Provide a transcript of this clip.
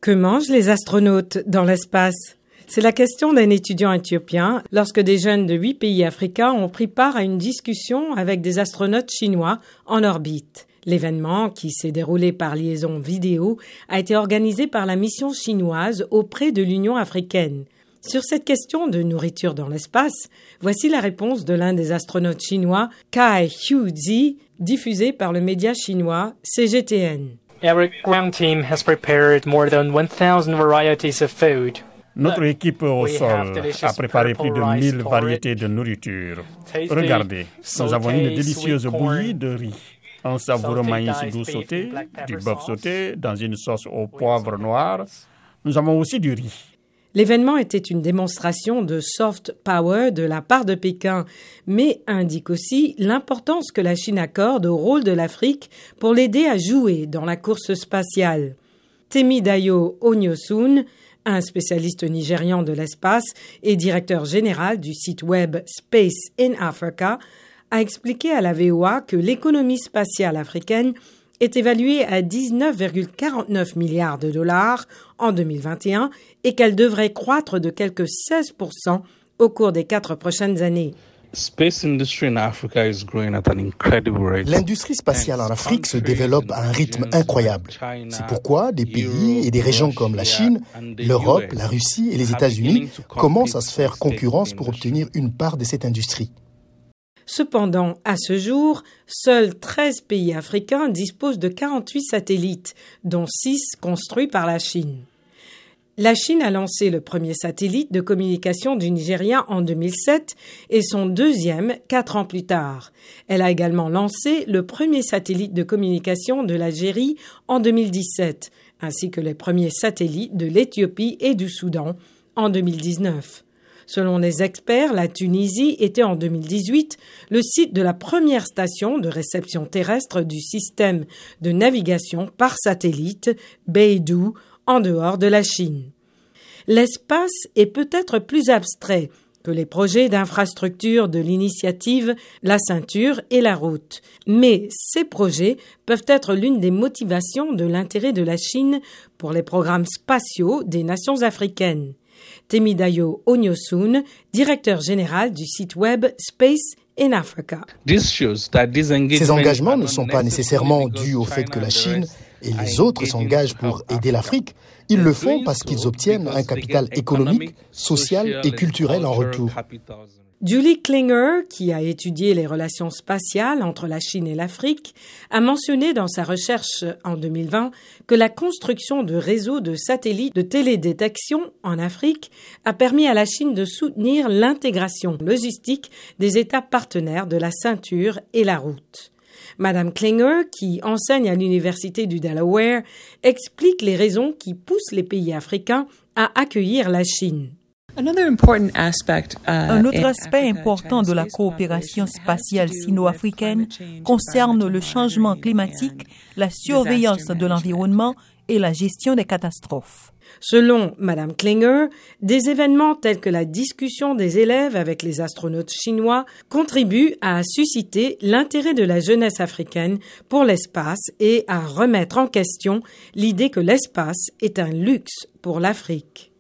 Que mangent les astronautes dans l'espace? C'est la question d'un étudiant éthiopien lorsque des jeunes de 8 pays africains ont pris part à une discussion avec des astronautes chinois en orbite. L'événement, qui s'est déroulé par liaison vidéo, a été organisé par la mission chinoise auprès de l'Union africaine. Sur cette question de nourriture dans l'espace, voici la réponse de l'un des astronautes chinois, Kai Hu-zi, diffusée par le média chinois CGTN. Our ground team has prepared more than 1,000 varieties of food. Notre équipe au sol a préparé plus de 1000 variétés de nourriture. Regardez, nous avons une délicieuse bouillie de riz, un savoureux maïs doux sauté, du bœuf sauté dans une sauce au poivre noir. Nous avons aussi du riz. L'événement était une démonstration de soft power de la part de Pékin, mais indique aussi l'importance que la Chine accorde au rôle de l'Afrique pour l'aider à jouer dans la course spatiale. Temidayo Onyosun, un spécialiste nigérian de l'espace et directeur général du site web Space in Africa, a expliqué à la VOA que l'économie spatiale africaine est évaluée à 19,49 milliards de dollars en 2021 et qu'elle devrait croître de quelque 16% au cours des 4 prochaines années. L'industrie spatiale en Afrique se développe à un rythme incroyable. C'est pourquoi des pays et des régions comme la Chine, l'Europe, la Russie et les États-Unis commencent à se faire concurrence pour obtenir une part de cette industrie. Cependant, à ce jour, seuls 13 pays africains disposent de 48 satellites, dont 6 construits par la Chine. La Chine a lancé le premier satellite de communication du Nigeria en 2007 et son deuxième 4 ans plus tard. Elle a également lancé le premier satellite de communication de l'Algérie en 2017, ainsi que les premiers satellites de l'Éthiopie et du Soudan en 2019. Selon les experts, la Tunisie était en 2018 le site de la première station de réception terrestre du système de navigation par satellite Beidou en dehors de la Chine. L'espace est peut-être plus abstrait que les projets d'infrastructure de l'initiative La Ceinture et la Route, mais ces projets peuvent être l'une des motivations de l'intérêt de la Chine pour les programmes spatiaux des nations africaines. Temidayo Onyosun, directeur général du site web Space in Africa. Ces engagements ne sont pas nécessairement dus au fait que la Chine et les autres s'engagent pour aider l'Afrique. Ils le font parce qu'ils obtiennent un capital économique, social et culturel en retour. Julie Klinger, qui a étudié les relations spatiales entre la Chine et l'Afrique, a mentionné dans sa recherche en 2020 que la construction de réseaux de satellites de télédétection en Afrique a permis à la Chine de soutenir l'intégration logistique des États partenaires de la ceinture et la route. Madame Klinger, qui enseigne à l'Université du Delaware, explique les raisons qui poussent les pays africains à accueillir la Chine. Un autre aspect important de la coopération spatiale sino-africaine concerne le changement climatique, la surveillance de l'environnement et la gestion des catastrophes. Selon Madame Klinger, des événements tels que la discussion des élèves avec les astronautes chinois contribuent à susciter l'intérêt de la jeunesse africaine pour l'espace et à remettre en question l'idée que l'espace est un luxe pour l'Afrique.